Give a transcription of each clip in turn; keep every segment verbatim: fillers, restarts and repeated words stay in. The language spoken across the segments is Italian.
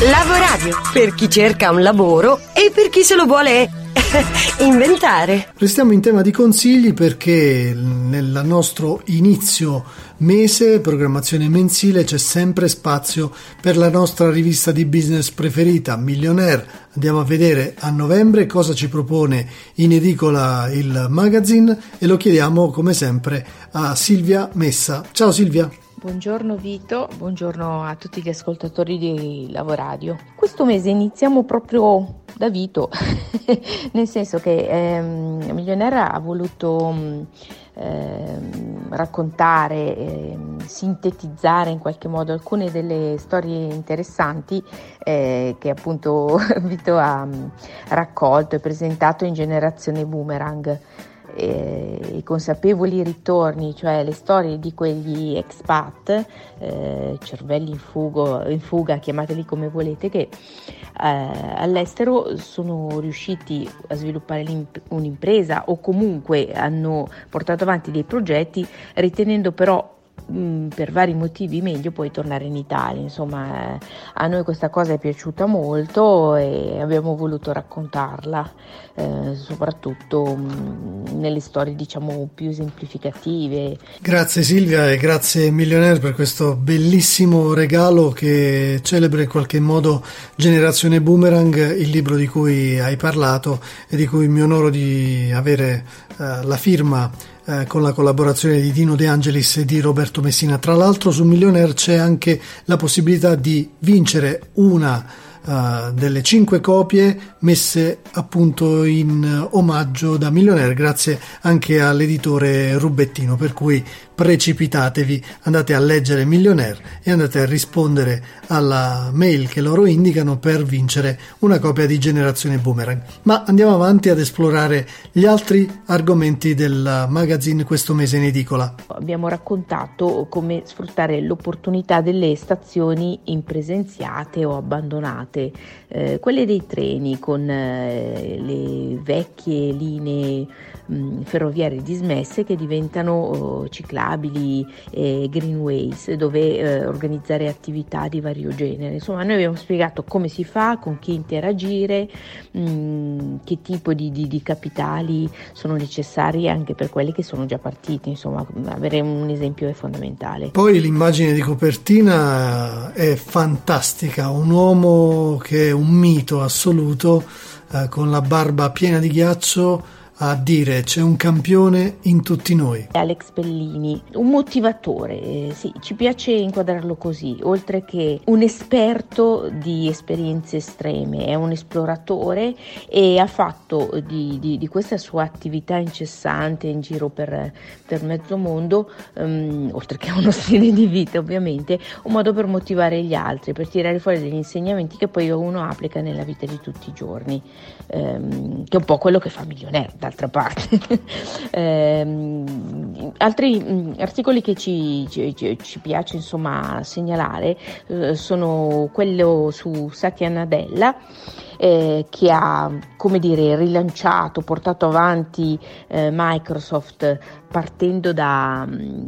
Lavoradio, per chi cerca un lavoro e per chi se lo vuole inventare. Restiamo in tema di consigli perché nel nostro inizio mese, programmazione mensile, c'è sempre spazio per la nostra rivista di business preferita, Millionaire. Andiamo a vedere a novembre cosa ci propone in edicola il magazine e lo chiediamo come sempre a Silvia Messa. Ciao Silvia. Buongiorno Vito, buongiorno a tutti gli ascoltatori di Lavoradio. Questo mese iniziamo proprio da Vito, nel senso che ehm, Millionaire ha voluto ehm, raccontare, ehm, sintetizzare in qualche modo alcune delle storie interessanti eh, che appunto Vito ha raccolto e presentato in Generazione Boomerang. I consapevoli ritorni, cioè le storie di quegli expat, eh, cervelli in, fugo, in fuga, chiamateli come volete, che eh, all'estero sono riusciti a sviluppare un'impresa o comunque hanno portato avanti dei progetti, ritenendo però per vari motivi meglio poi tornare in Italia. Insomma, a noi questa cosa è piaciuta molto e abbiamo voluto raccontarla, eh, soprattutto mh, nelle storie diciamo più esemplificative. Grazie Silvia e grazie Millionaire per questo bellissimo regalo che celebra in qualche modo Generazione Boomerang, il libro di cui hai parlato e di cui mi onoro di avere eh, la firma Eh, con la collaborazione di Dino De Angelis e di Roberto Messina. Tra l'altro su Millionaire c'è anche la possibilità di vincere una uh, delle cinque copie messe appunto in uh, omaggio da Millionaire, grazie anche all'editore Rubettino, per cui precipitatevi, andate a leggere Millionaire e andate a rispondere alla mail che loro indicano per vincere una copia di Generazione Boomerang. Ma andiamo avanti ad esplorare gli altri argomenti del magazine questo mese in edicola. Abbiamo raccontato come sfruttare l'opportunità delle stazioni impresenziate o abbandonate, eh, quelle dei treni con eh, le vecchie linee mh, ferroviarie dismesse che diventano oh, ciclabili e greenways, dove eh, organizzare attività di vario genere. Insomma, noi abbiamo spiegato come si fa, con chi interagire, mh, che tipo di, di, di capitali sono necessari anche per quelli che sono già partiti. Insomma, avere un esempio è fondamentale. Poi l'immagine di copertina è fantastica, un uomo che è un mito assoluto, eh, con la barba piena di ghiaccio, a dire c'è un campione in tutti noi. Alex Bellini, un motivatore, eh, sì, ci piace inquadrarlo così, oltre che un esperto di esperienze estreme, è un esploratore e ha fatto di, di, di questa sua attività incessante in giro per, per mezzo mondo, um, oltre che uno stile di vita ovviamente, un modo per motivare gli altri, per tirare fuori degli insegnamenti che poi uno applica nella vita di tutti i giorni, um, che è un po' quello che fa Millionaire d'altra parte. eh, altri mh, articoli che ci, ci, ci piace insomma segnalare eh, sono quello su Satya Nadella, eh, che ha, come dire, rilanciato, portato avanti eh, Microsoft partendo da,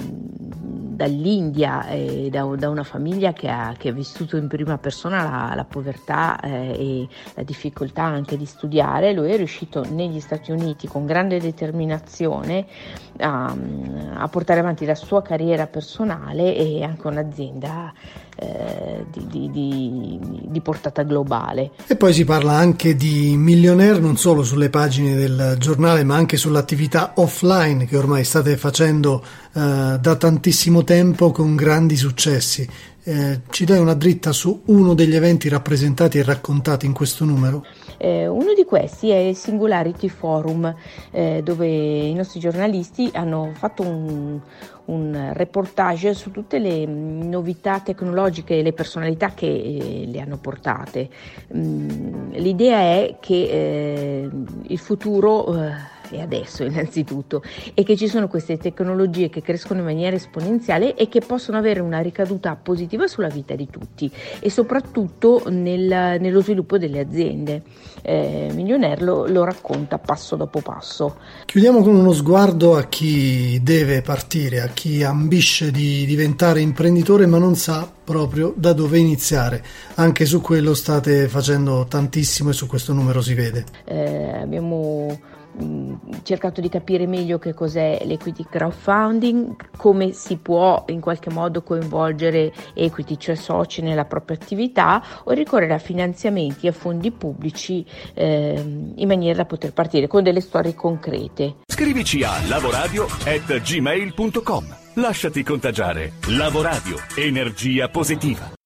dall'India e da, da una famiglia che ha, che ha vissuto in prima persona la, la povertà eh, e la difficoltà anche di studiare. Lui è riuscito negli Stati Uniti con grande determinazione a, a portare avanti la sua carriera personale e anche un'azienda eh, di, di, di, di portata globale. E poi si parla anche di Millionaire non solo sulle pagine del giornale ma anche sull'attività offline che ormai state facendo eh, da tantissimo tempo con grandi successi. Eh, ci dai una dritta su uno degli eventi rappresentati e raccontati in questo numero? Eh, uno di questi è il Singularity Forum, eh, dove i nostri giornalisti hanno fatto un, un reportage su tutte le novità tecnologiche e le personalità che eh, le hanno portate. Mm, l'idea è che eh, il futuro eh, e adesso innanzitutto, e che ci sono queste tecnologie che crescono in maniera esponenziale e che possono avere una ricaduta positiva sulla vita di tutti e soprattutto nel, nello sviluppo delle aziende. Eh, Millionaire lo, lo racconta passo dopo passo. Chiudiamo con uno sguardo a chi deve partire, a chi ambisce di diventare imprenditore ma non sa proprio da dove iniziare. Anche su quello state facendo tantissimo e su questo numero si vede. Eh, abbiamo cercato di capire meglio che cos'è l'equity crowdfunding, come si può in qualche modo coinvolgere equity, cioè soci, nella propria attività o ricorrere a finanziamenti e a fondi pubblici eh, in maniera da poter partire con delle storie concrete. Scrivici a lavoradio at gmail punto com. Lasciati contagiare. Lavoradio, energia positiva.